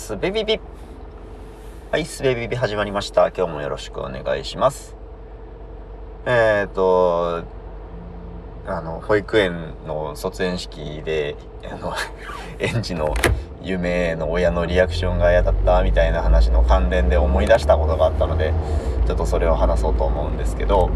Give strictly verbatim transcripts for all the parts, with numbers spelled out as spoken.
すべビビはい、すべビビ始まりました。今日もよろしくお願いします。えっとあの保育園の卒園式であの園児の夢の親のリアクションが嫌だったみたいな話の関連で思い出したことがあったので、ちょっとそれを話そうと思うんですけど、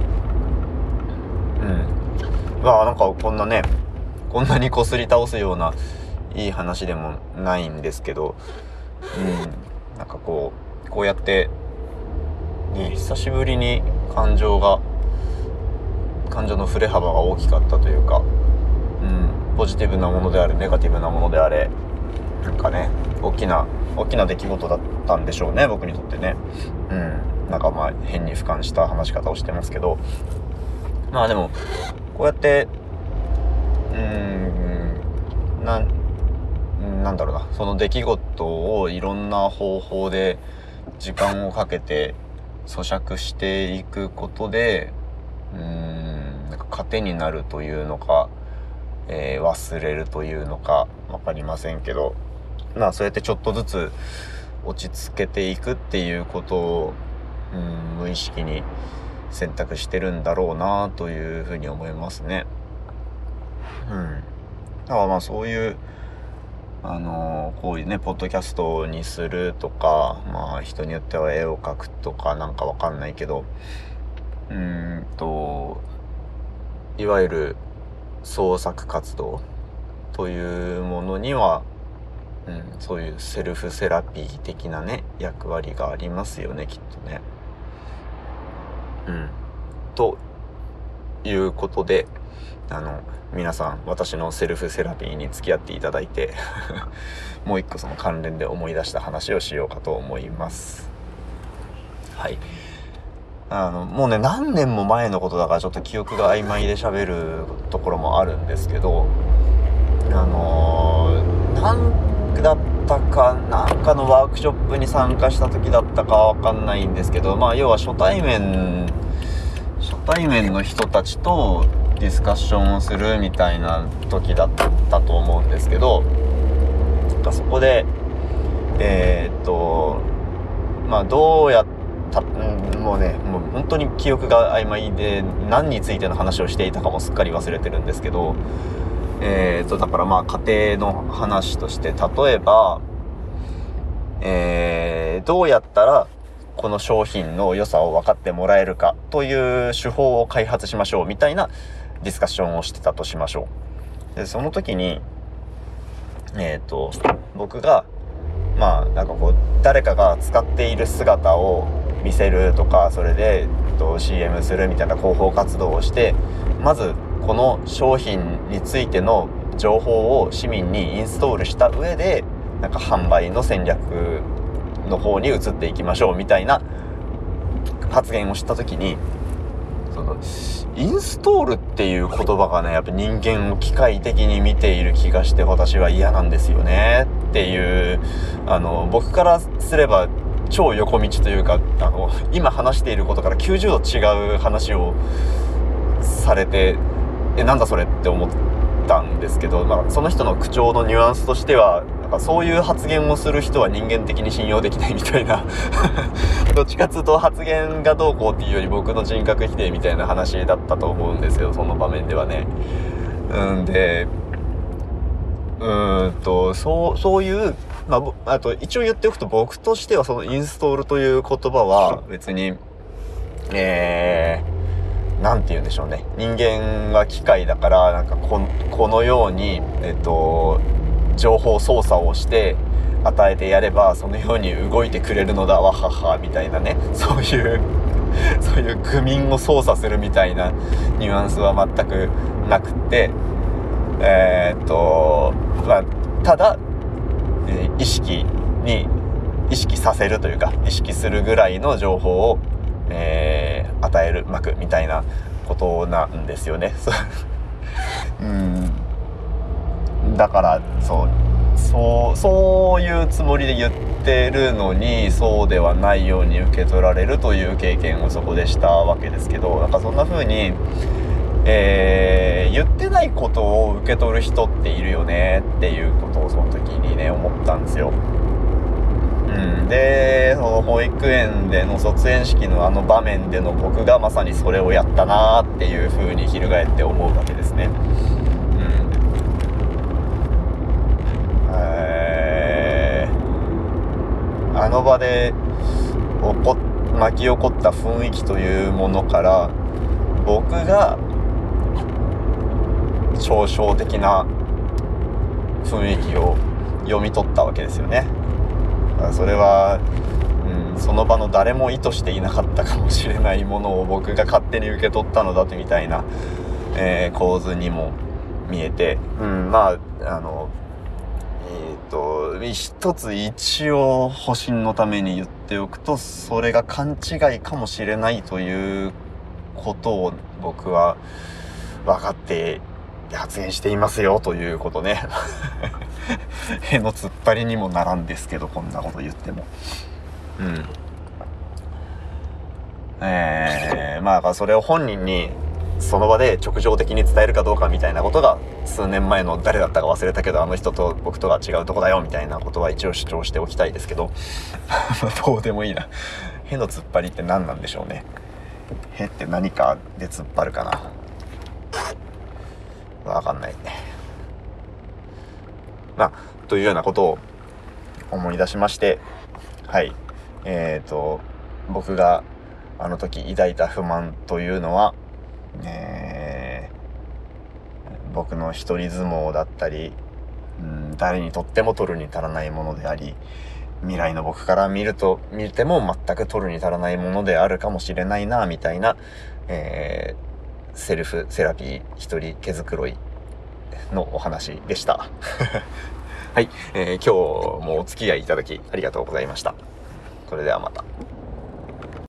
うんまあなんかこんなねこんなにこすり倒すようないい話でもないんですけど、うんなんかこうこうやってね久しぶりに感情が感情の振れ幅が大きかったというか、うん、ポジティブなものであれネガティブなものであれ、なんかね大きな大きな出来事だったんでしょうね、僕にとってね。うんなんかまあ変に俯瞰した話し方をしてますけど、まあでもこうやってうーんななんだろうなその出来事をいろんな方法で時間をかけて咀嚼していくことでうーんなんか糧になるというのか、えー、忘れるというのか分かりませんけど、まあそうやってちょっとずつ落ち着けていくっていうことをうん無意識に選択してるんだろうなというふうに思いますね。うんだからまあそういうあのー、こういうねポッドキャストにするとか、まあ人によっては絵を描くとかなんかわかんないけど、うーんといわゆる創作活動というものには、うん、そういうセルフセラピー的なね役割がありますよね、きっとね。うんということで、あの皆さん私のセルフセラピーに付き合っていただいてもう一個その関連で思い出した話をしようかと思います。はいあのもうね何年も前のことだからちょっと記憶が曖昧で喋るところもあるんですけど、あのー、なんだったかなんかのワークショップに参加した時だったかわかんないんですけど、まあ要は初対面初対面の人たちとディスカッションをするみたいな時だったと思うんですけど、なんかそこでえー、っとまあどうやったもうねもう本当に記憶が曖昧で何についての話をしていたかもすっかり忘れてるんですけど、えー、っとだからまあ家庭の話として例えば、えー、どうやったらこの商品の良さを分かってもらえるかという手法を開発しましょうみたいなディスカッションをしてたとしましょう。でその時にえっと僕がまあなんかこう誰かが使っている姿を見せるとか、それで、えっと、シーエム するみたいな広報活動をして、まずこの商品についての情報を市民にインストールした上でなんか販売の戦略の方に移っていきましょうみたいな発言をした時に、そのインストールっていう言葉がねやっぱ人間を機械的に見ている気がして私は嫌なんですよねっていう、あの僕からすれば超横道というか、あの今話していることからきゅうじゅうど違う話をされて、えなんだそれって思ったんですけど、まあ、その人の口調のニュアンスとしてはなんかそういう発言をする人は人間的に信用できないみたいなどっちかっつうと発言がどうこうっていうより僕の人格否定みたいな話だったと思うんですよ、その場面ではね。うんでうーんとそうそういうまあ、あと一応言っておくと僕としてはそのインストールという言葉は別にえー、なんて言うんでしょうね、人間は機械だからなんか こ, このようにえっと情報操作をして与えてやればそのように動いてくれるのだわははみたいなね、そういうそういう愚民を操作するみたいなニュアンスは全くなくってえー、っとまあただ意識に意識させるというか意識するぐらいの情報を、えー、与えるまくみたいなことなんですよねうんだからそうそうそういうつもりで言ってるのにそうではないように受け取られるという経験をそこでしたわけですけど、なんかそんな風にえー、言ってないことを受け取る人っているよねっていうことをその時にね思ったんですよ。 ん、でその保育園での卒園式のあの場面での僕がまさにそれをやったなーっていう風に翻って思うわけですね。うん、えー、あの場で起こ巻き起こった雰囲気というものから僕が抽象的な雰囲気を読み取ったわけですよね。それは、うん、その場の誰も意図していなかったかもしれないものを僕が勝手に受け取ったのだってみたいな、えー、構図にも見えて、うん、まああのえっと一つ一応保身のために言っておくと、それが勘違いかもしれないということを僕は分かって発言していますよということね。への突っ張りにもならんですけど、こんなこと言っても。うん。えー、まあそれを本人にその場で直情的に伝えるかどうかみたいなことが、数年前の誰だったか忘れたけど、あの人と僕とは違うとこだよみたいなことは一応主張しておきたいですけど、どうでもいいな。への突っ張りって何なんでしょうね。へって何かで突っ張るかな。わかんないね。まあというようなことを思い出しまして、はいえーと僕があの時抱いた不満というのは、えー、僕の一人相撲だったり、うん、誰にとっても取るに足らないものであり、未来の僕から見ると見ても全く取るに足らないものであるかもしれないなみたいな、えー、セルフセラピー一人毛づくろいのお話でした。はい、えー、今日もお付き合いいただきありがとうございました。それではまた。